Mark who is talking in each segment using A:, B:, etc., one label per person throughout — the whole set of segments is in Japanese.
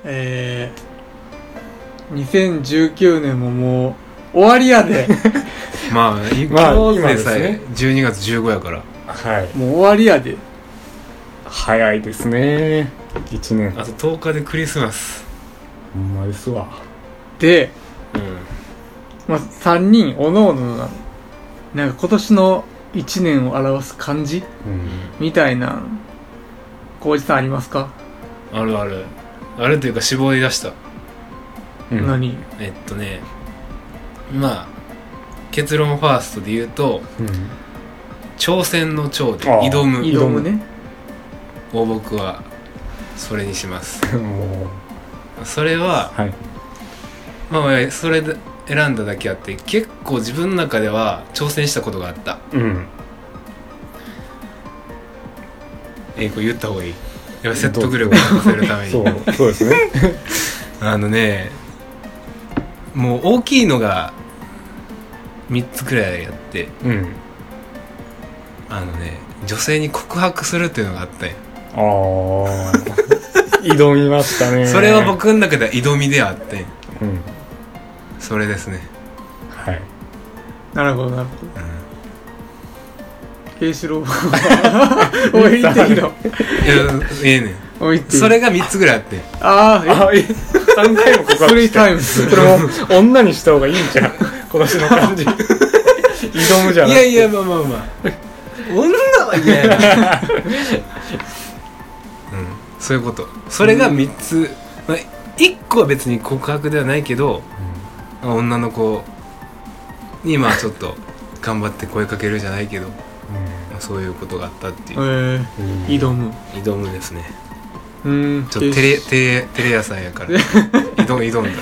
A: 2019年ももう終わりやで
B: まあ今でさえ12月15やから、
C: はい、
A: もう終わりやで。
C: 早いですね、1年。
B: あと10日でクリスマス。
C: ほんまですわ。
A: で、まあ、3人おのおのなんか今年の1年を表す漢字、みたいな浩二さんありますか？
B: あるというか絞り出した、
A: 何？
B: まあ結論ファーストで言うと、挑戦の挑で挑む
A: ね
B: を僕はそれにしますそれは、はい、まあそれで選んだだけあって結構自分の中では挑戦したことがあった。これ言った方がいい？やっぱ説得力をさせるために
C: そうですね
B: もう大きいのが3つくらいやって、女性に告白するっていうのがあったんや。
C: 挑みましたね。
B: それは僕の中では挑みであって、それですね。
C: はい。
A: なるほど。ケイシロウおいっていいの？
B: ええねん。それが3つぐらいあって。
C: 3回も告白して。3タイムス。それも女にした方がいいんじゃん。今年の感じ。挑むじゃなくて。
B: いやまあ女は嫌やな。そういうこと。それが3つ。1個は別に告白ではないけど、女の子にまあちょっと頑張って声かけるじゃないけど、そういうことがあったっていう。
A: 挑む
B: ですね。
A: ちょ
B: っとテレ屋さんやから挑んだ。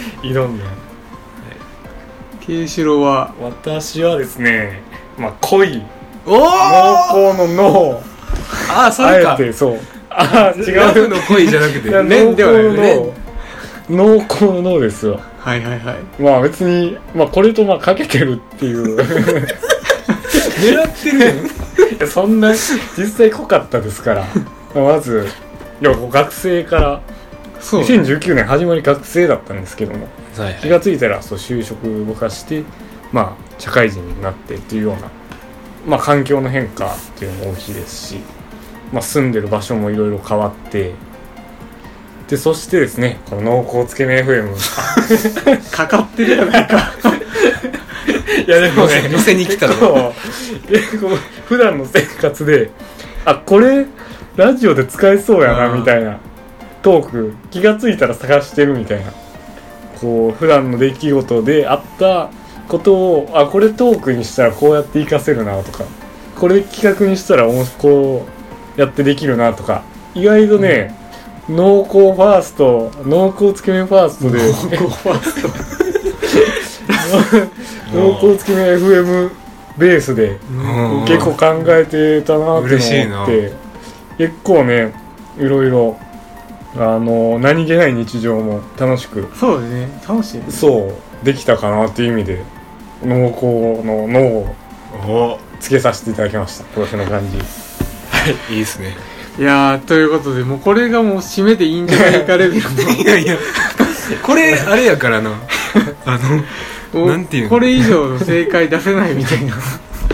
A: ケイシロウは
C: 私はですね、まあ恋、濃厚の濃。
B: それか。
C: あえてそう。違う。
B: ラブの恋じゃなくて
C: 濃厚の濃厚の濃ですよ。
A: はい。
C: まあ別にこれとかけてるっていう
B: 狙ってる
C: やん。そんな実際濃かったですから。まず学生から2019年始まり学生だったんですけども、気がついたら就職僕はして社会人になってっていうような環境の変化っていうのも大きいですし、住んでる場所もいろいろ変わって、でそしてですね、この濃厚つけ麺 FM
A: かかってるじゃないか。
C: いやでもね、
B: 寄せに来たの
C: 普段の生活でこれラジオで使えそうやなみたいなトーク気がついたら探してるみたいな、普段の出来事であったことをこれトークにしたらこうやって活かせるなとか、これ企画にしたらこうやってできるなとか、意外とね、濃厚ファースト、濃厚つけ麺ファーストで濃厚つけ麺 FM ベースで結構考えてたなって思って、結構ねいろいろ何気ない日常も楽しく、
A: そうね、楽しいね、
C: そうできたかなっていう意味で濃厚の濃をつけさせていただきました。今年の感じ。
B: いいですね。
A: いやということでもうこれがもう締めでいいんじゃないかレベルの
B: いやこれあれやからななんていうの、
A: これ以上の正解出せないみたいな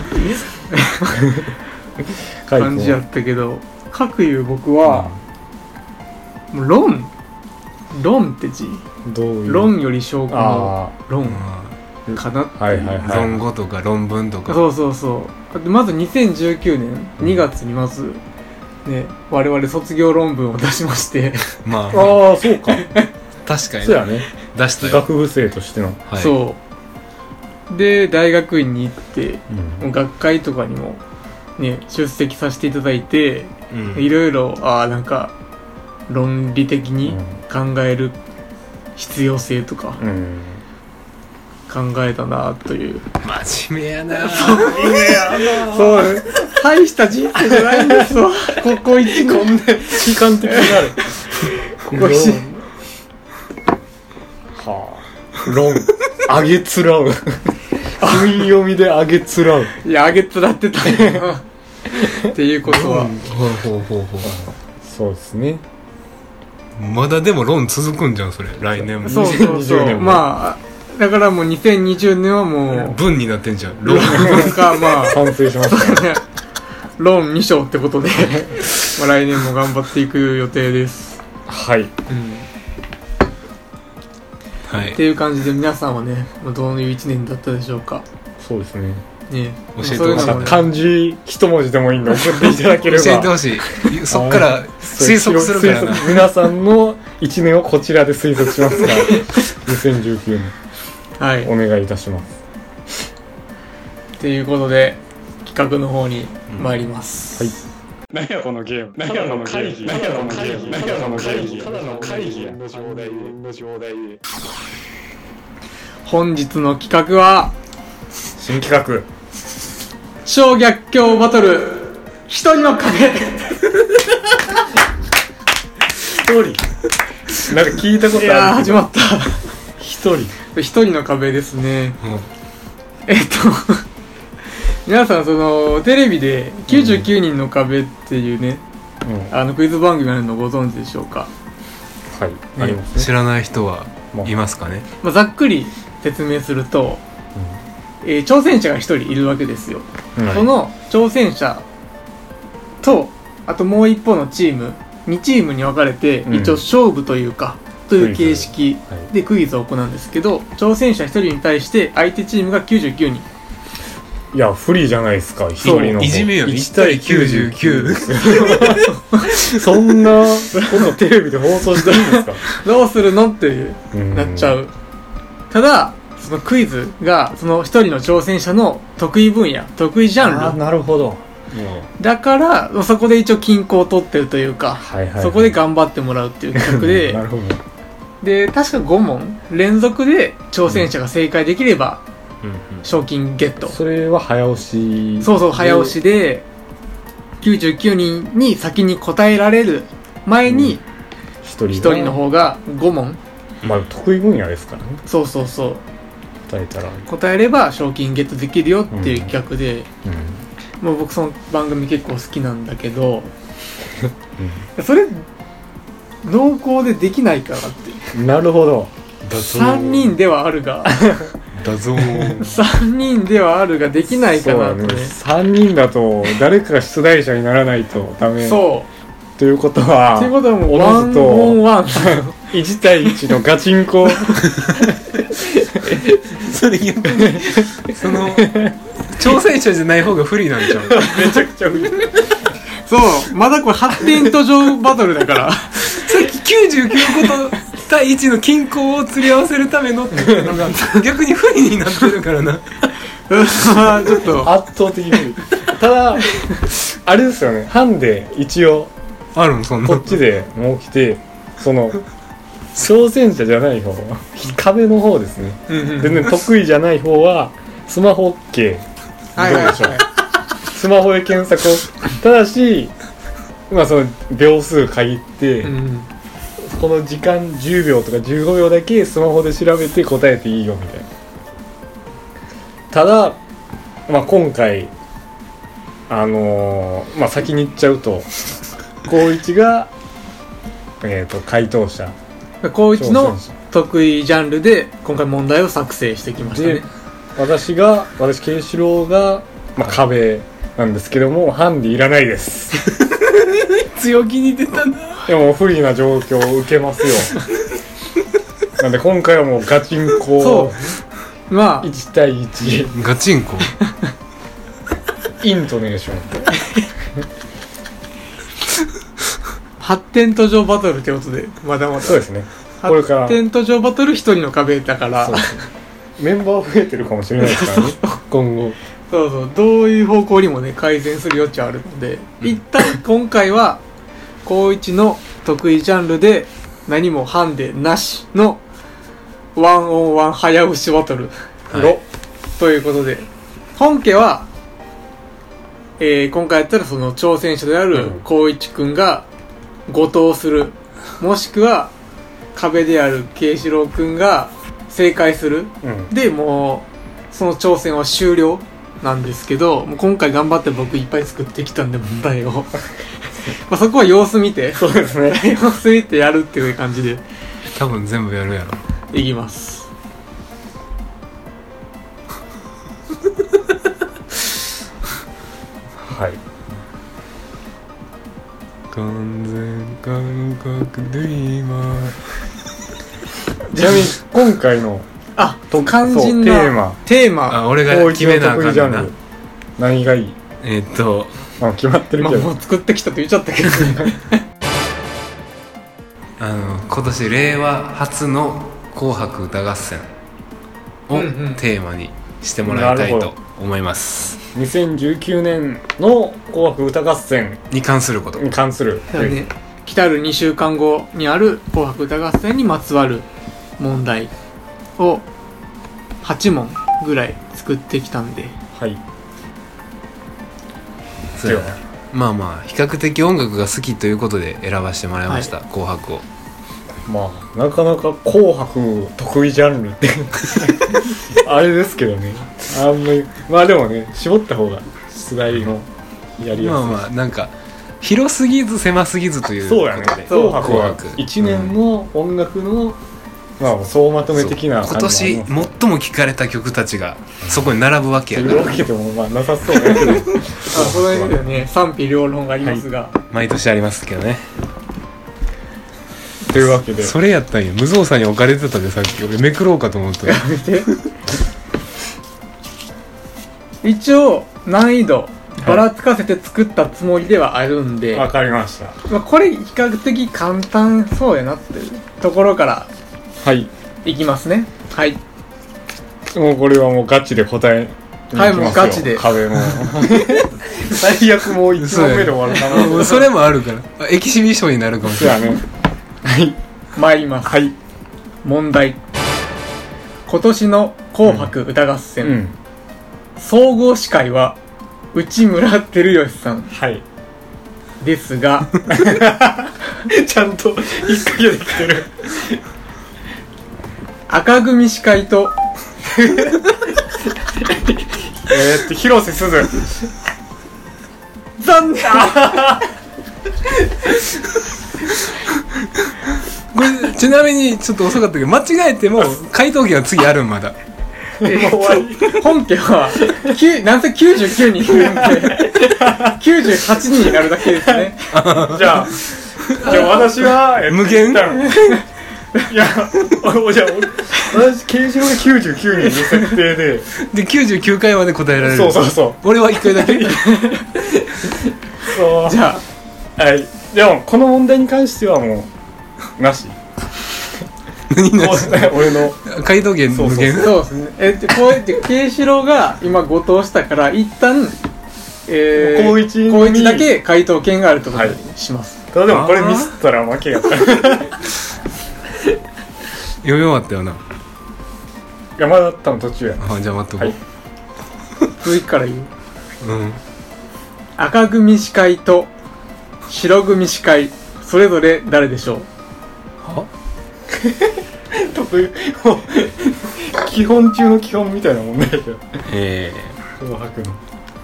A: 感じやったけど、かくいう僕は、もう論って字、
C: どういう
A: 論より証拠の論かなっていう、
B: 論語とか論文とか、
A: そうまず2019年2月にまずね、我々卒業論文を出しまして
C: そうか
B: 確かに
C: そうやね、
B: 出したよ、
C: 学部生としての、
A: そうで大学院に行って、学会とかにもね出席させていただいて、いろいろなんか論理的に考える必要性とか、考えたなという。
B: 真面目やな。
A: そうね。大した人生じゃないんですよ。ここ一年。
C: こんな悲観的になる。
A: ここ一年。
C: 論。あげつらう。訓読みであげつらう。
A: いや、あげつらってたよ。っていうことは。
C: そうですね。
B: まだでもローン続くんじゃんそれ来年も。
A: そうそうそ
C: 2020
A: う
C: 年も
A: まあだからもう2020年はも
B: 分になってんじゃん
A: うローンかまあ
C: 完成しましたね
A: ローン2章ってことでまあ来年も頑張っていく予定です、
C: はい
B: はい
A: っていう感じで皆さんはねどういう1年だったでしょうか
C: そうですね。
A: ね
B: 教えて
A: そういうのもね
C: 漢字一文字でもいいんで送っていただければ
B: 教えてほしいそっから推測するからな。
C: 皆さんの1年をこちらで推測しますから2019年
A: はい
C: お願いいたします。
A: っていうことで企画の方に参ります、
C: はい。何やこのゲーム。何やこの会議。何やこの会議。何やこの会議。ただの会議や。の状態で。
A: 本日の企画は
C: 新企画。
A: 超逆境バトル一人の壁
C: 一人。なんか聞いたことあるけど。
A: いやー始まった
C: 一人。
A: 一人の壁ですね。
B: うん
A: 皆さんそのテレビで99人の壁っていうね、クイズ番組あるのご存知でしょうか。
C: はい。ありますね。
B: 知らない人はいますかね。
A: ざっくり説明すると、挑戦者が一人いるわけですよ、その挑戦者とあともう一方のチーム2チームに分かれて、一応勝負というかという形式でクイズを行うんですけど、挑戦者一人に対して相手チームが99人。
C: いや不利じゃないですか。一人の方
B: いじめよ
C: 1対99そんなことテレビで放送していいんですか
A: どうするのっていうなっちゃう。ただそのクイズがその一人の挑戦者の得意分野得意ジャンル
C: なるほど。
A: だからそこで一応均衡を取ってるというか、そこで頑張ってもらうっていう企画で
C: なるほど。
A: で確か5問連続で挑戦者が正解できれば賞金ゲット、
C: それは早押し。
A: そう早押しで99人に先に答えられる前に1人の方が5問、
C: まあ得意分野ですからね。
A: そう答えれば賞金ゲットできるよっていう企画で、もう僕その番組結構好きなんだけどそれ濃厚でできないかなって
C: なるほど。
A: 3人ではあるが
B: だぞ
A: 3人ではあるができないかなとね。
C: 3人だと誰かが出題者にならないとダメ。
A: そう
C: ということは
A: もう
C: ワンオン
A: ワン
C: 1対1のガチンコ
B: それ逆にその挑戦者じゃない方が不利なんじゃん。
C: めちゃくちゃ不利。
A: そうまだこれ発展途上バトルだから
B: さっき99個と対1の均衡を釣り合わせるためのっていうのが逆に不利になってるからな
A: ちょっと
C: 圧倒的に。ただあれですよね、ハンデ一応
B: あるのそんな
C: こっちでもう来て、その挑戦者じゃない方壁の方ですね。全然得意じゃない方はスマホ OK どうでしょう。スマホで検索をただし、まあその秒数限って、この時間10秒とか15秒だけスマホで調べて答えていいよみたいな。ただ、まあ、今回まあ、先に言っちゃうと光一が回答者、
A: 光一の得意ジャンルで今回問題を作成してきましたね。
C: で私慶志郎が、まあ、壁なんですけども、ハンデいらないです
B: 強気に出たな。
C: でも不利な状況を受けますよなんで今回はもうガチンコ。
A: そうまあ
C: 1対1
B: ガチンコ
C: イントネーション
A: 発展途上バトルってことでまだまだ
C: そうですね。これから
A: 発展途上バトル一人の壁だから
C: そうですね、メンバー増えてるかもしれないですからね今後。
A: そうどういう方向にもね改善する余地あるので、一旦今回は光一の得意ジャンルで何もハンデなしのワンオンワン早押しバトル、ということで本家は、今回やったらその挑戦者である光一くんが誤答する、もしくは壁である慶志郎くんが正解する、でもうその挑戦は終了なんですけど、もう今回頑張って僕いっぱい作ってきたんで問題をまあそこは様子見て
C: そうですね。
A: 様子見てやるっていう感じで
B: 多分全部やるやろ。
A: いきます。
C: はい。
B: 完全感覚ドリーマー。
C: ちなみに今回の
A: あ、
C: と
A: 肝心
C: そう
A: なテーマ。
B: あ、俺が決めなあかんねんな。
C: 何がいい？あ、決まってる
A: まあ、
C: けど、
A: もう作ってきたと言っちゃったけど
B: 今年令和初の紅白歌合戦を
A: うんうん
B: テーマにしてもらいたいと思います。
C: 2019年の紅白歌合戦
B: に関すること。
C: に関する、
A: だね、来たる2週間後にある紅白歌合戦にまつわる問題を8問ぐらい作ってきたんで、
C: はい。
B: そうやな。まあまあ比較的音楽が好きということで選ばせてもらいました、紅白を。
C: まあなかなか紅白得意ジャンルってあれですけどね、あんまりまあでもね、絞った方が出題もやりやすい。
B: まあまあなんか広すぎず狭すぎずということで。
C: そうやね、紅白は1年の音楽の、まあ総まとめ的な
B: 今年最も聴かれた曲たちがそこに並ぶわけやから。
C: というわけでもまあなさそうだけど
A: その意味ではね、賛否両論がありますが、
B: 毎年ありますけどね。
C: というわけで、
B: それやったんや。無造作に置かれてたで、さっき俺めくろうかと思った。
A: やめて一応難易度ばらつかせて作ったつもりではあるんで、
C: わかりました。
A: まあ、これ比較的簡単そうやなっていうところから
C: はい。
A: いきますね。はい、
C: もうこれはもうガチで答えに行きますよ。
A: はいもうガチで
C: 壁も最悪もう1問目で終わるかな。
B: それもあるからエキシビションになるかもしれない。
C: そうやね。はい
A: 参ります。
C: はい。
A: 問題。今年の紅白歌合戦、
C: うん。
A: 総合司会は内村光良さん
C: はい。
A: ですが
C: ちゃんと引っ掛けてきてる。
A: 赤組司会と
C: 広瀬すず。
A: 残念
B: これちなみにちょっと遅かったけど、間違えても回答権は次あるん。まだ
A: 本家はなんせ99人いるんで98人になるだけですね。
C: じゃあ私は、
B: 無限
C: いや、じゃあ私形状が99人の設定で
B: で99回まで答えられる。
C: そうそうそう
B: 俺は1回だけ
C: そう
A: じゃあ
C: はい。でもこの問題に関してはもうなし。
B: 何が
C: 俺の
B: 回答権無限。
A: そうですね。こうやって慶四郎が今誤答したから一旦
C: 高一に
A: 高一だけ回答権があるとことにします。
C: ただでもこれミスったら負けやった。い
B: 読み終わったよな。
C: やまだ多分途中や。
B: あ、じゃあ待っとこう。
C: はい
A: 続きから言う。
B: うん
A: 赤組司会と白組司会それぞれ誰でしょう。
B: は
C: 得意もう基本中の基本みたいな問題だけど。紅白の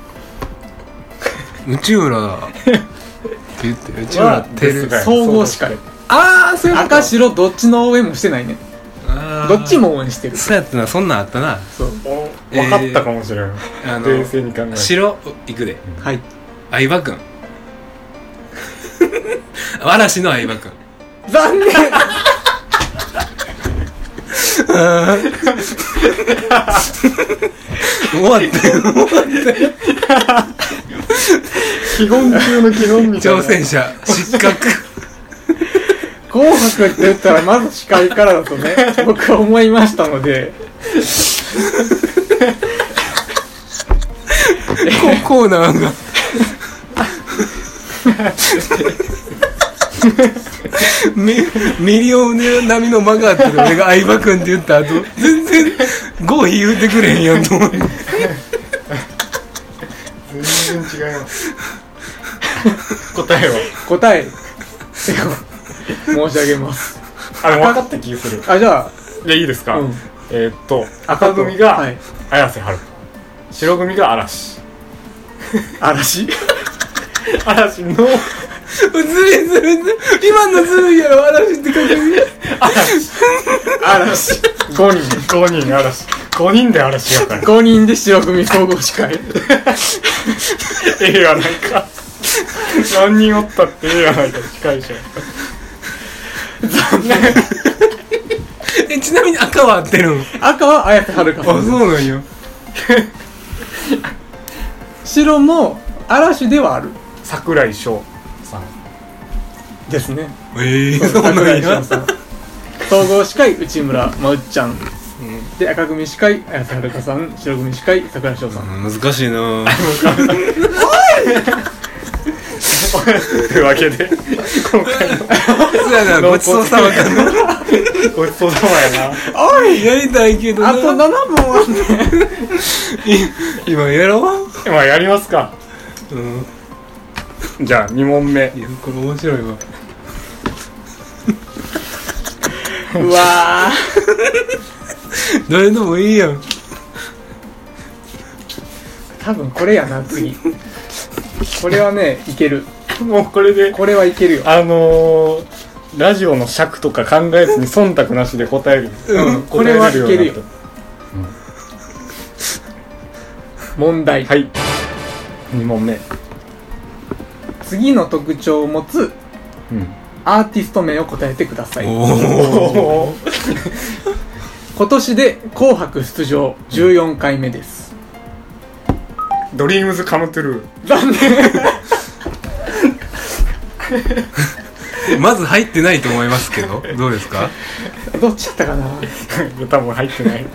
B: 内村って言って内村てる。
A: 総合司会。
B: ああ、そういうこと。
A: 赤白どっちの応援もしてないね。どっちも応援してる。
B: そうやったな。そんなんあったな。
A: そう。
C: 分かったかもしれない。冷静に考えて。
B: 白いくで。
A: はい。
B: 相葉くん。嵐の相葉くん。
A: 残念。
B: 終わってる。
C: 基本中の基本みたいな。
B: 挑戦者失格。
A: 紅白って言ったらまず司会からだとね僕は思いましたので
B: コーナーがミリオネ並みの間があって俺が相葉君って言った後全然合否言うてくれへんやんと思って
C: 全然違います
A: 答え申し上げます。
C: あれ分かった気がする。
A: あ、じゃあ
C: じゃあいいですか、
A: うん、
C: 赤組が
A: はい、
C: 綾瀬はるか、白組が嵐
A: 嵐
C: 嵐の
B: ずるい今のずるいやろ。嵐って書く
A: 嵐
C: 5人嵐5人で嵐やから
A: 5人で白組総合司会
C: ええやないか何人おったってええやないか司会者
A: 残念
B: ちなみに赤は合ってるん？
A: 赤は綾瀬はるかさん
B: あ、そうなんや。
A: 白も嵐ではある
C: 櫻井翔さん
A: ですね。
B: そうなん
A: 櫻井翔
B: や。
A: さん総合司会内村まうっちゃんで、赤組司会綾瀬はるかさん、白組司会櫻井翔さん。
B: 難しいな。
C: というわけで今回の
B: そうやな、ごちそうさまかな。
C: ごちそうさまやな
A: おい
B: やりたいけどな。
A: あと7問あんねん
B: 今やろう。
C: まあやりますか。じゃあ2問目
B: いや、これ面白いわ。
A: うわ
B: 誰でもいいやん。
A: 多分これやな次これはねいける。
C: もうこれで
A: これはいけるよ。
C: ラジオの尺とか考えずに忖度なしで答える、
A: これはいけるよ。問題、
C: はい2問目
A: 次の特徴を持つアーティスト名を答えてください。
B: おー。
A: 今年で紅白出場14回目です。
C: ドリームズカムトゥル
A: 残念
B: まず入ってないと思いますけど、どうですか？
A: どっちだったかな
C: ー多分入ってない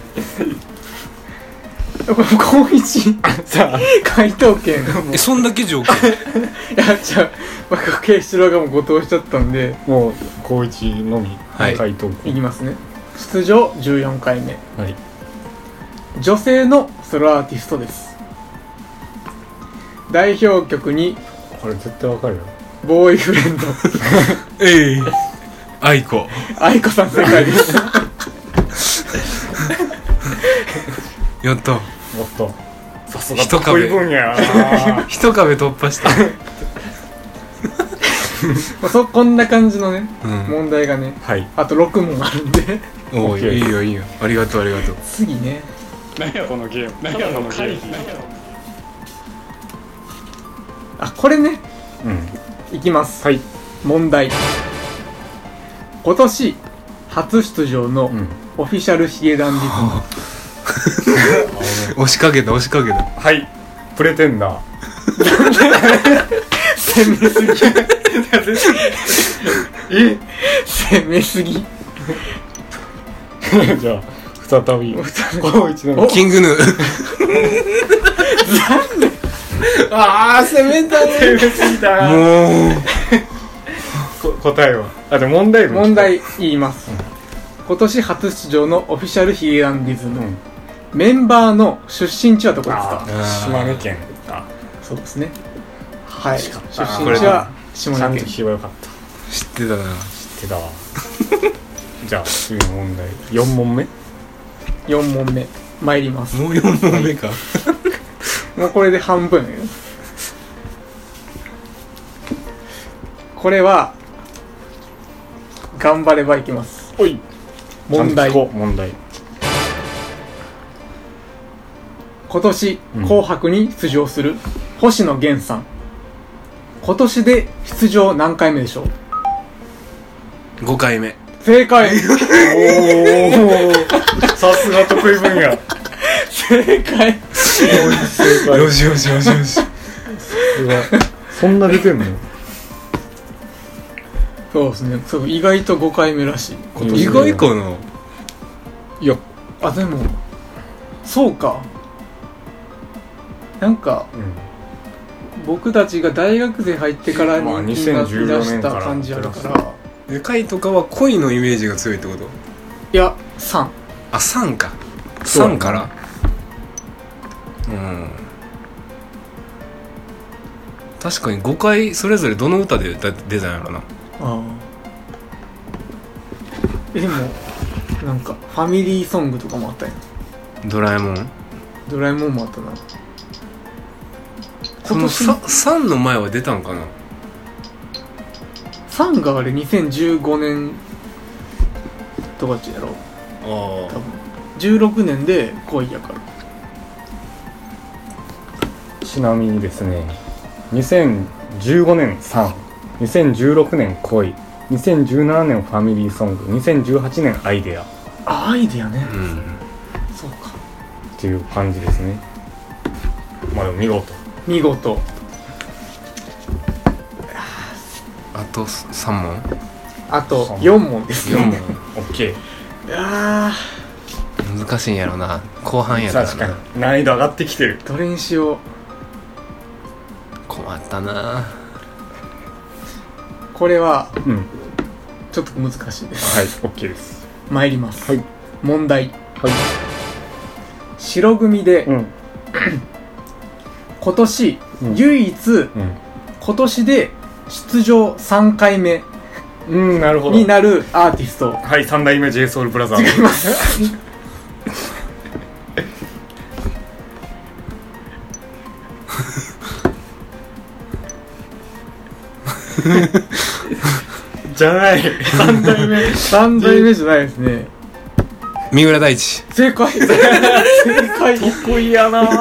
A: 高一
C: さあ
A: 回答権
B: そんだけ条件？
A: いやじゃあ慶四郎がもうご答しちゃったんで
C: もう高一のみ
B: はい
C: 回答
A: いきますね。出場14回目、
C: はい
A: 女性のソロアーティストです。代表曲に
C: これ絶対わかるよ
A: ボーイフレンド
B: えい、愛子。
A: 愛子さん正解です
B: やった。
C: もっとさすが
B: 一壁
C: 得意分野やな
B: 一壁突破した。
A: こんな感じのね、
B: うん
A: 問題がね
C: はい
A: あと6問あるんで
B: おい、
C: OK
B: いいよいいよ。ありがとうありがとう。
A: 次ね
C: 何やこのゲーム何やこのゲーム
A: あこれね
C: うん
A: いきます、
C: はい
A: 問題。今年初出場の
C: うん
A: オフィシャルヒゲダンディズム、
B: 押しかけた押しかけた。
C: はいプレテンダー
A: 攻めすぎ
C: え
A: 攻めすぎ
C: じゃあ再び高一の
A: お
B: キングヌー。
A: ああ攻めたね
C: 攻めすぎたな
B: もう
C: 答えはでも問題文
A: 問題言います、今年初出場のオフィシャルヒゲダンディズム、メンバーの出身地はどこですか？
C: 島根県か
A: そうですね。はい。出
C: か
A: 身地は下
C: ちゃんと
A: 根県。
C: 聞けばよかった
B: 知ってたな。
C: 知ってたわじゃあ次の問題4問目
A: 4問目参ります。
B: もう4問目か。
A: もうこれで半分よ。これは頑張ればいけます。
C: おい
A: 問題。
C: ちゃんと聞こう問題
A: 今年紅白に出場する星野源さん。今年で出場何回目でしょう
B: 5回目。
A: 正解
C: おおさすが得意分野
A: 正解
C: 正解
B: よしよしよしよし。
C: そんな出てんの
A: そうですね。そう意外と5回目らしい。今年
B: 意外かな。
C: いや
A: あ、でもそうか。なんか僕たちが大学生入ってから
C: まあ
A: 人気が出
C: 2014
A: した感じあるから
B: でかいとかは恋のイメージが強いってこと？
A: いや3
B: あ、3か。
C: そうやな
B: 3から。確かに5回それぞれどの歌で出たんやろな。
A: ああでもなんかファミリーソングとかもあったやん。
B: ドラえもん。
A: ドラえもんもあったな。
B: その3の前は出たんかな。
A: 3があれ2015年とかっちやろ
B: あ
A: 多分16年で恋やから。
C: ちなみにですね、2015年3、2016年恋、2017年ファミリーソング、2018年アイデアっ
A: アイデアね、
B: うん
A: そうか。
C: ていう感じですね。まあでも見事。
A: 見事。
B: あと3問
A: あと4問です
C: 4
A: ね。
C: 問 OK。
A: あ
B: 難しいんやろな後半やから
C: 確か
B: な
C: に難易度上がってきてる。
A: ーどれにしよう。
B: 困ったな
A: これは
C: うん、はい、
A: ちょっと難しいです。
C: OK です。
A: 参ります、
C: はい
A: 問題。
C: はい。
A: 白組で
C: うん
A: 今年
C: うん
A: 唯一今年で出場3回目
C: うん、なるほど。
A: になるアーティスト。
C: はい、3代目 JSOULBROTHERS。
A: 違います
C: じゃない。3代目。
A: 3代目じゃないですね。
B: 三浦大知
A: 正解正解。
C: 得意やなぁ。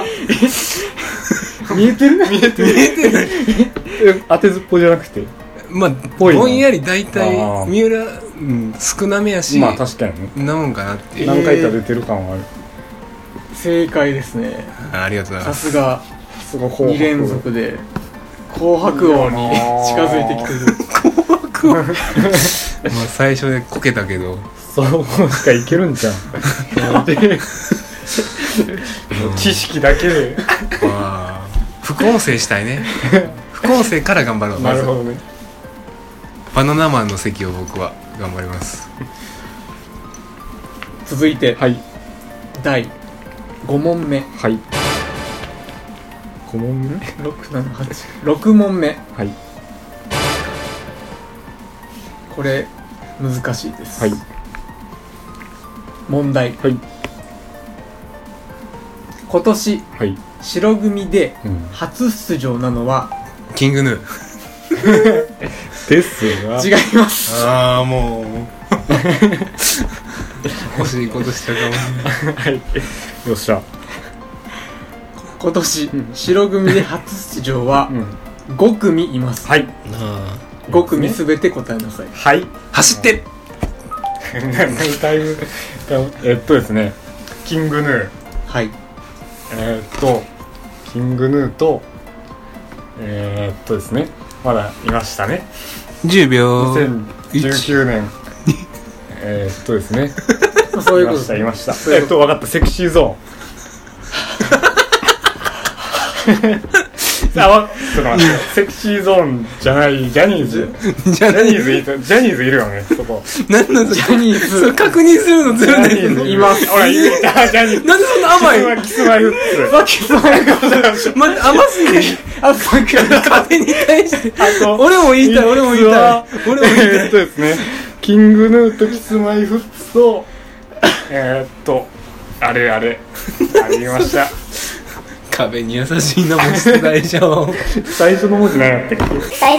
A: 見えてるね。見えてる。
C: 当てずっぽじゃなくて。
B: まあ
C: ぽいな
B: ぼんやり大体
C: あー
B: 三浦、うん、少なめやし、
C: まあ確かにね。
B: なもんかなっていう、
C: 何回か出てる感はある。
A: 正解ですね。
B: ありがとうござい
A: さ
B: ます
A: すが
C: すごい
A: 2連続で紅白王に近づいてきてる。
B: まあ最初でこけたけど
C: そうしかいけるんじゃん。で知識だけで。
B: まあ副音声したいね副音声から頑張ろう。
C: なるほどね。
B: バナナマンの席を僕は頑張ります。
A: 続いて
C: はい
A: 第5問目。
C: はい。5問目。
A: 6問目。
C: はい
A: これ難しいです、
C: はい
A: 問題。
C: はい
A: 今年
C: はい。
A: 白組で
C: うん。
A: 初出場なのは
B: キングヌー。
C: ですが。
A: 違います。
B: ああもう欲しいことしたかも。
C: はい。よっしゃ。
A: 今年
C: うん
A: 白組で初出場は
C: うん。
A: 5組います。
C: はい。
B: あ
A: 5組すべて答えなさい。
C: はい。
B: ー走って
C: だいぶですね、キングヌー、
A: はい。
C: キングヌーとですね、まだいましたね。
B: 10秒
C: 2019年ですね、
A: そういうことです。
C: いました。
A: そういうこと
C: 分かった。セクシーゾーン。ちょっと待ってよ。セクシーゾーンじゃないジャニーズ。
B: じゃあ
C: ジャニーズいるよね、そこ。
B: 何なん
A: ジャニーズ
B: それ確認するのずるない
C: ジャニーズ
A: います
C: ほら、いる。ジャニーズ。
B: なんでそんな甘い
C: キスマイフッツ。
A: さっきそういうことだ。
B: 待って甘すぎる
A: あ、さっき
B: 壁に対して
C: あと
B: 俺も言いたい俺も言いたい俺も言いたい
C: ですね、キングヌーとキスマイフッツとあれありました。
B: 壁に優しいなも出題者を
C: 最初の文字何やったっけ。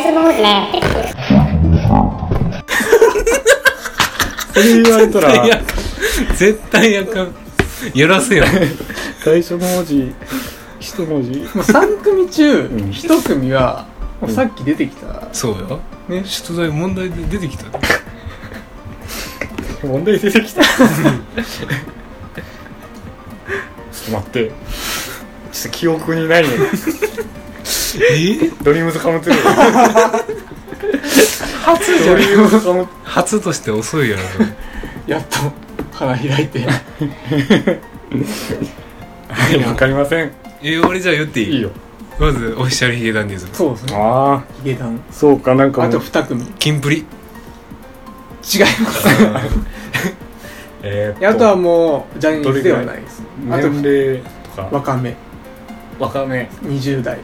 C: それ言われたら
B: 絶対あかんやらせよ
C: 最初の文字一文字。
A: もう3組中
C: ん
A: 1組はもうさっき出てきた、
B: そうよ
A: ね。
B: 出題問題で出てきた
C: 問題出てきた。ちょっと待って、ちょっと記憶にないね。ドリームズカムトゥルー。
A: 初じゃ
C: ドリームズカム
B: 初として遅いやろ
A: やっと花開いて。
C: はい、わかりません。
B: 俺じゃあ言っていい
C: いいよ。
B: まずオフィシャルヒゲダンディズム
A: そうですね。
C: ああ、
A: ヒゲダン。
C: そうか、なんかもう
A: あと2組。違い
B: キンプリ
A: ます。あとはもうジャニーズではないです。あと
C: 年齢とか
A: 若め
C: 若め。
A: 20代。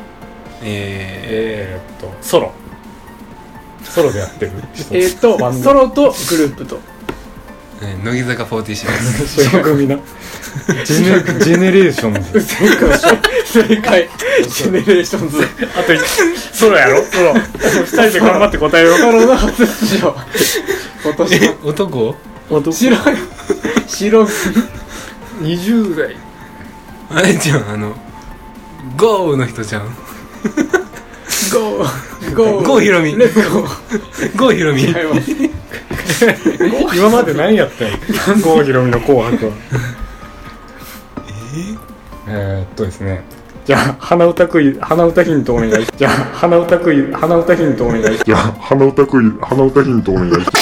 C: ソロでやってる人。バンド
A: ソロとグループと。
B: 乃木坂46
C: 白組なジェネレーションズ
A: 正解ジェネレーションズ
C: あとソロやろソロ2人で頑張って答えよう
A: ソロの初出場今年の
B: 男
A: 白組
C: 20代
B: あれじゃんゴーの人じゃんゴーひろみ
A: レッツゴー
B: ゴーひろみ
A: 違います
C: 今まで何やったんや郷ひろみの紅白はですねじゃあ鼻歌ヒントお願いしじゃあ鼻歌ヒントお願いしじゃあ鼻歌ヒントお願いし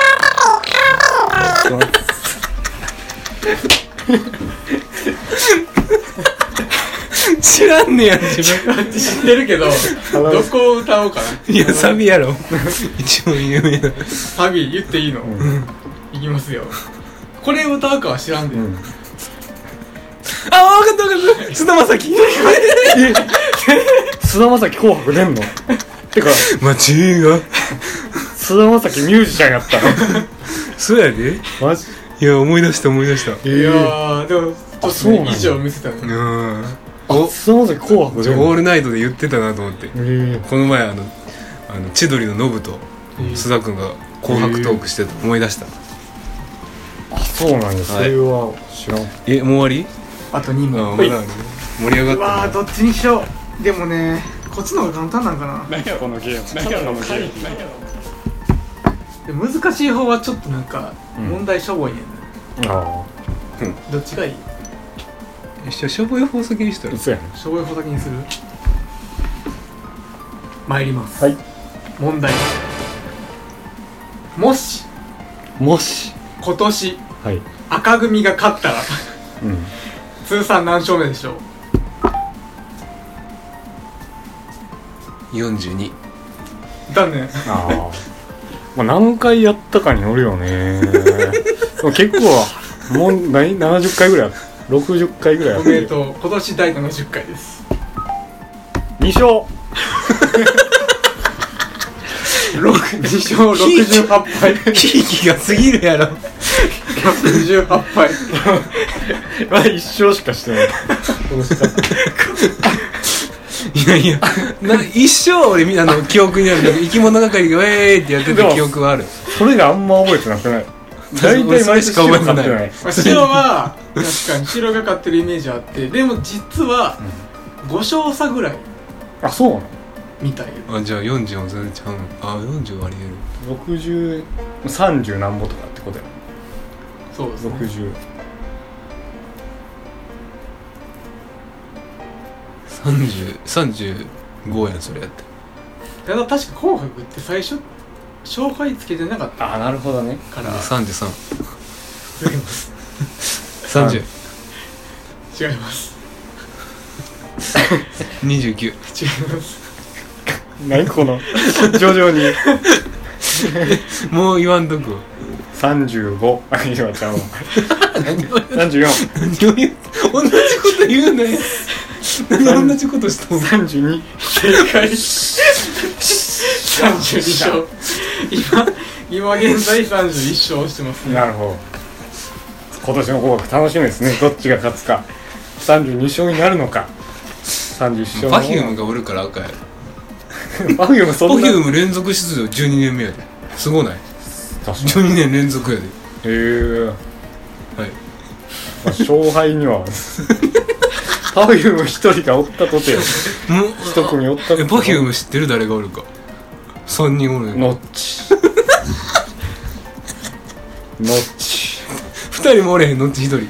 B: 知らんねや自分
A: 知ってるけどどこを歌おうかない
B: やサビやろ一番有名な
A: サビ言っていいの、いきますよこれ歌うかは知らんで、
B: あ、分かった菅田将暉
C: 菅田将暉紅白出んのてか
B: 街が
C: 菅田将暉ミュージシャンやったの
B: そうやで
C: マジ
B: いや思い出した
A: いやーでもちょっとね以上見せたね
C: 菅田将暉紅白出んの
B: オールナイトで言ってたなと思ってこの前千鳥のノブと須田君が紅白トークしてた思い出した
C: あ、そうなんや、それは知らん
B: もう終わり
A: あと2問
B: まだ盛り上が
A: うわー
B: った
A: どっちにしようでもねこっちの方が簡単なんかな
C: 何やこのゲーム
A: で難しい方はちょっとなんか問題しょぼいねんな、
C: あ
A: どっちがいい
B: しょぼい法則にしたら
C: そうやね
A: しょぼい方だけにする参ります
C: はい
A: 問題もし今年
C: はい
A: 赤組が勝ったら
C: うん
A: 通算何勝目でしょう
B: 42
A: だね
C: ああまあ何回やったかによるよねでも結構もう70回ぐらい60回ぐらいや
A: おめでとう今年第70回です
C: 2勝
A: 2勝68敗
B: ひいきが過ぎるやろ
A: 68敗
C: まあ1勝しかしてない
B: いや一生俺記憶にある生き物係がウェーってやってた記憶はある
C: それがあんま覚えてなくない大体毎年
B: 覚えてない
A: まあ白は確かに白が勝ってるイメージあってでも実は5勝差ぐらい
C: あ、そうなの
A: みたいよ
B: あじゃあ40も全然ちゃうのあ40割れる
C: 60、30何ぼとかってことや
A: そうですね
C: 60
B: 35やんそれやって
A: ただ確か紅白って最初勝敗つけてなかった
C: あ、なるほどね
A: から
B: 3330
A: 違います
B: 29
A: 違います
C: 何この徐々に
B: もう言わんとくわ
C: 35あ、今ちゃうわ34
B: 何を言う同じこと言うなよ何同じことしたの
C: 32
A: 正解32勝今現在31勝してますね
C: なるほど今年の紅白楽しみですねどっちが勝つか32勝になるのか31勝
B: パフュームがおるから赤や
C: パフュームそんな
B: パフューム連続出場12年目やですごない
C: 確かに
B: 12年連続やで
C: へえ、
B: はい
C: まあ、勝敗にはパフューム一人がおったとて
B: もう
C: 一組おったとて
B: パフューム知ってる誰がおるか3人おる
C: ノッチノッチ
B: 2人もおれへんのっち1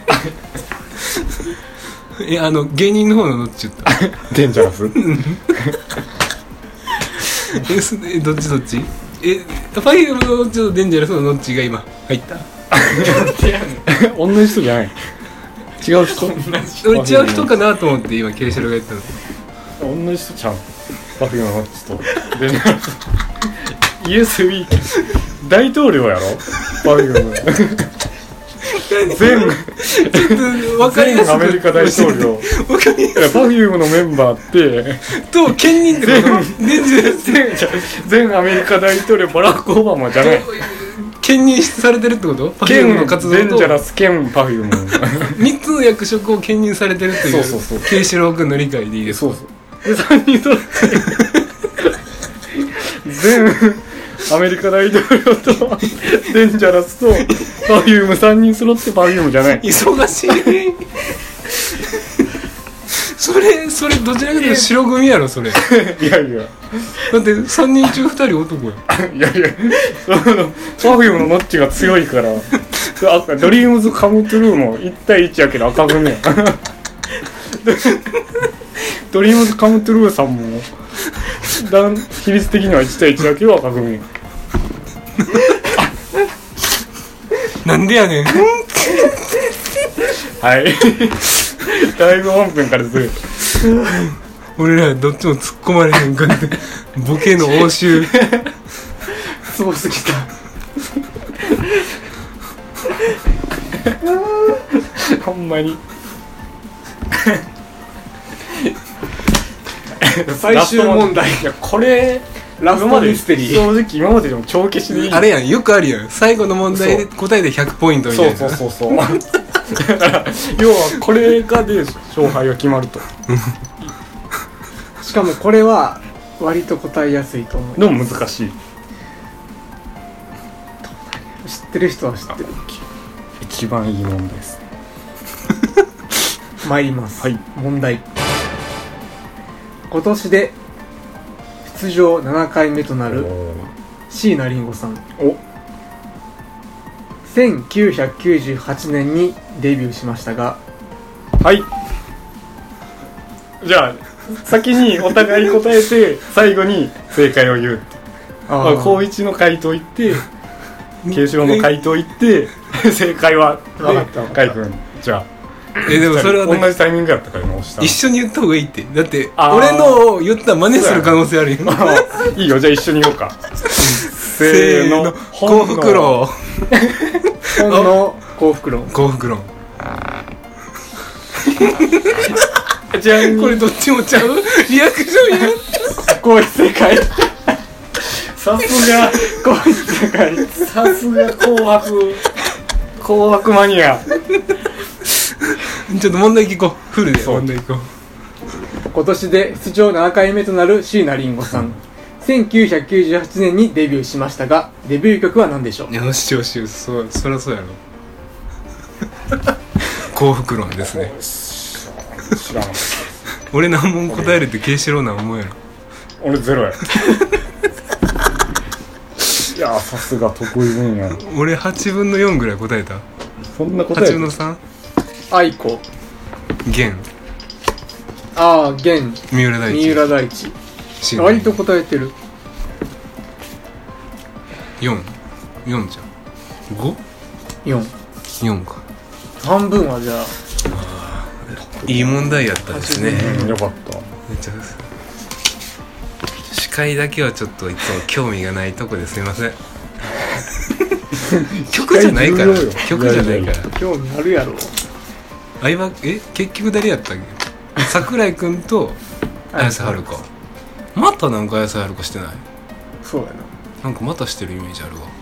B: 人芸人の方のノッチ言った
C: デンジャラス
B: どっちファイブのちょっとデンジャラスのノッチが今入った
C: 同じ人じゃない違う人
B: 俺違う人かなと思って今ケイシャルが言ったの
C: 同じ人ちゃんパフュームのノッチとデンジャラスイエスウィー大統領やろパフューム全
B: 全
C: アメリカ大統領
B: わかりやす
C: パフュームのメンバーって
B: と兼任ってことデンジャラス
C: 全アメリカ大統領バラク・オバマじゃない
B: 兼兼任されてるってこと？パフュームの活動と
C: デンジャラス兼パフューム
B: 3つの役職を兼任されてるという
C: そう
B: ケイシロウ君の理解でいいですか？
C: そうそうで3人揃って全アメリカ大統領とデンジャラスとパフューム3人揃ってパフュームじゃない
B: 忙しいそれどちらかというと白組やろそれだって
C: いやいや
B: 3人中2人男や
C: いやいやパフュームのノッチが強いからドリームズカムトゥルーも1対1やけど赤組やドリームズカムトゥルーさんも比率的には1対1だけど赤組や
B: なんでやねん
C: はいだいぶ本編からずれ
B: 俺らどっちも突っ込まれへんかってボケの応酬
A: すごすぎた
C: ほんまに
A: 最終問題
C: いやこれ
A: ラストミステリー
C: 正直今まででも帳消しでいい
B: あれやんよくあるやん最後の問題で答えで100ポイントみたいな
C: そうだから要はこれがで勝敗が決まると
A: しかもこれは割と答えやすいと思う。
C: でも難しい
A: 知ってる人は知ってる。
C: 一番いい問題です
A: 参ります、
C: はい、
A: 問題。今年で出場7回目となる椎名林檎さん。
C: お
A: 1998年にデビューしましたが、
C: はいじゃあ先にお互い答えて最後に正解を言うって高一の回答言って慶四郎の回答言って正解は
A: 分かった
C: 海君じゃあ
B: でもそれは
C: 同じタイミングやったから今押した
B: 一緒に言った方がいいってだって俺のを言ったら真似する可能性あるよ
C: いいよじゃあ一緒に言おうかせーの
B: 幸福論
A: 本の幸福論
B: 幸福論
C: じゃん
B: これどっちもちゃうリアクションや
A: こいつ正解
C: さすが
A: こいつ正解
C: さすが紅白マニア
B: ちょっと問題聞こうフルで問題聞こう
A: 今年で出場7回目となる椎名林檎さん、1998年にデビューしましたがデビュー曲は何でしょう？
B: よしよしよしそりゃそうやろ幸福論ですね
C: 知らなかった
B: 俺何問答えるって慶四郎なん思うやろ
C: 俺ゼロやいやさすが得意分野
B: 俺8分の4ぐらい答えた
C: そんな答え
B: 8分の 3?
A: 愛子
B: 源
A: 源
B: 三浦大知
A: 三浦大知割と答えてる
B: 4じゃん 5?4 か
A: 半分はじゃあ
B: いい問題やったですね
C: よかった
B: めっちゃ司会だけはちょっといつも興味がないとこですいません曲じゃないから曲じゃないから
A: 興味あるやろ。
B: 結局誰やったっけ桜井くんと綾瀬はるかまたなんか綾瀬はるかしてない
A: そうやな。
B: なんかまたしてるイメージあるわ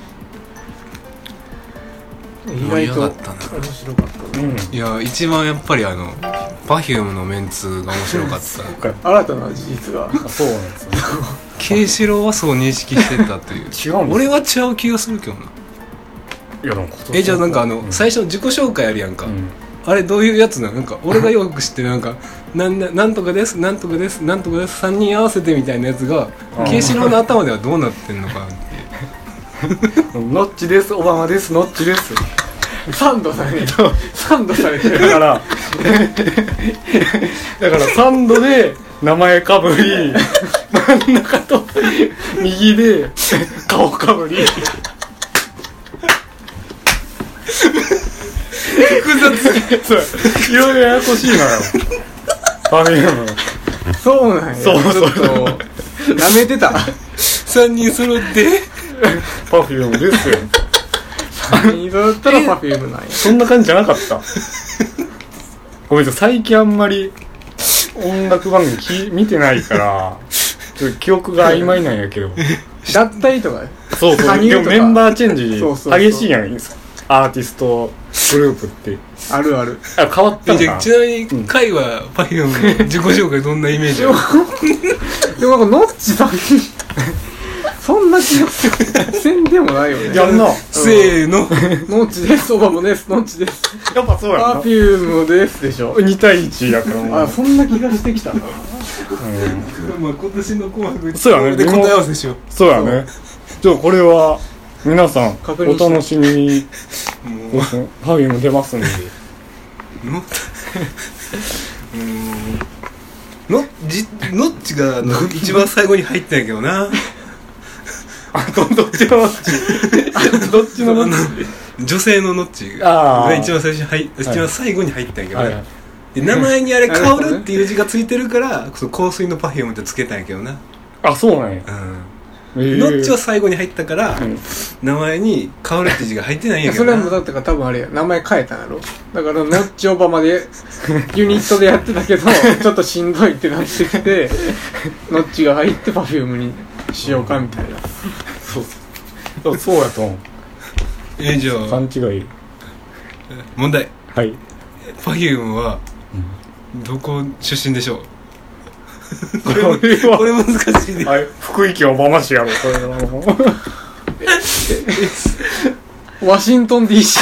A: 意外と
B: 盛り上がったな
A: 面白かった、
B: いや一番やっぱりPerfume のメンツが面白かった
A: 新たな事実が
C: そうなんですよ
B: 慶四郎はそう認識してたという
C: 違うんです
B: 俺は違う気がするけどない
C: やでも
B: じゃあなんか最初の自己紹介あるやんか、あれどういうやつなのなんか俺がよく知ってるなんかなんとかですなんとかですなんとかです3人合わせてみたいなやつが慶四郎の頭ではどうなってんのかって
C: ノッチですオバマですノッチです
A: サンドされてるサンドされてる
C: だからサンドで名前かぶり真ん中と右で顔かぶり
B: 複雑
C: そういろいろややこしいのよPerfume
A: そうなんや
C: そう
A: ちょっとなめてた
B: 3人揃って
C: Perfumeですよ
A: 3人揃ったらPerfumeなんや
C: そんな感じじゃなかったごめんなさい最近あんまり音楽番組見てないからちょっと記憶が曖昧なんやけど
A: 脱退とか
C: そうそう、
A: 加入とか
C: メンバーチェンジ
A: そうそうそう
C: 激しいやん、アーティストグループって
A: あるある。
C: あ変わったのかな。
B: じゃあちなみに会は Perfume の自己紹介どんなイメージある？
A: でもなんかノッチさんそんな気がせんでもないよね。
C: やんな。
B: せーの。
A: ノッチです、オバマです、ノッチです。
C: やっぱそうや
A: パ
C: な。
A: フュームですでしょ。
C: 2対1やからもう。
A: あ、そんな気がしてきたな。
B: まあ今年の紅白
C: そうやね
B: で答え合わせしよう。
C: そうやね。ちょっとこれは皆さん
A: 確認して
C: お楽しみに。
B: もう
C: ハーゲン出ますんで。
B: ノッチが一番最後に入ったんやけどな。
C: どっちのノッチどっちのノッチ
B: 女性のノッチ
C: あー
B: が一番最初に一番最後に入ったんやけど、
C: はいはい。
B: で名前にあれ「香る」っていう字がついてるからその香水のパフュームってつけたんやけどな、
C: あ、そうなんや。
B: ノッチは最後に入ったから、名前に「香る」って字が入ってないんやけ
A: そ
B: どな。
A: れもだってか多分あれや、名前変えたんやろ。だからノッチオバマでユニットでやってたけどちょっとしんどいってなってきてノッチが入ってパフュームにしようかみたいな。
C: そうやと思う。
B: じゃあ
C: 勘違い。
B: 問題。
C: はい。
B: パフュームはどこ出身でしょう？
C: これは
B: これ難しいね。
C: はい、福井県小浜市やろ、これはもう。
A: ワシントン DC。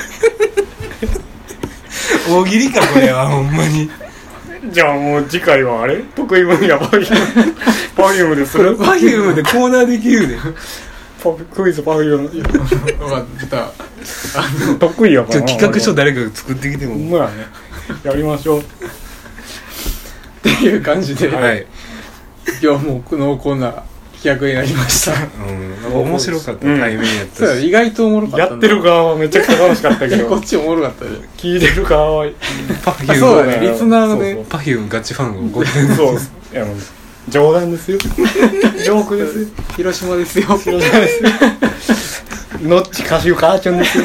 B: 大喜利かこれはほんまに。
C: じゃあもう次回はあれ得意分野パフュームでする。
B: パフュームでコーナーできるね。
C: クイズパフューム。
A: 分かった。
C: 得意やからな。
B: 企画書誰かが作ってきても。
C: ほんまやね。やりましょう。
A: っていう感じで、
B: はい。
A: 今日もこのコーナー企画になりました。
B: 面白かった対面やっ
A: そうや、
B: たし。
A: 意外とおもろかったな。
C: やってる側はめちゃくちゃ楽しかったけど、
A: こっちおもろかったで。
C: 聞いてる側は、
B: パフュ
A: あ、そう
B: ーム
A: だね、リスナーがね。
B: パフュームガチファンが怒ってる。
C: そう。いやもう冗談ですよ。ジョークですよ。
A: 広島ですよ。
C: 冗談ですよ。ノッチ歌手母ちゃんですよ。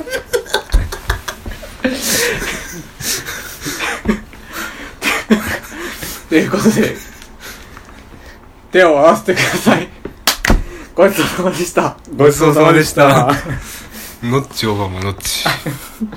A: ということで、手を合わせてください。ごちそうさまでした。
C: ごちそうさまでした。
B: ノッチオバマノッチ。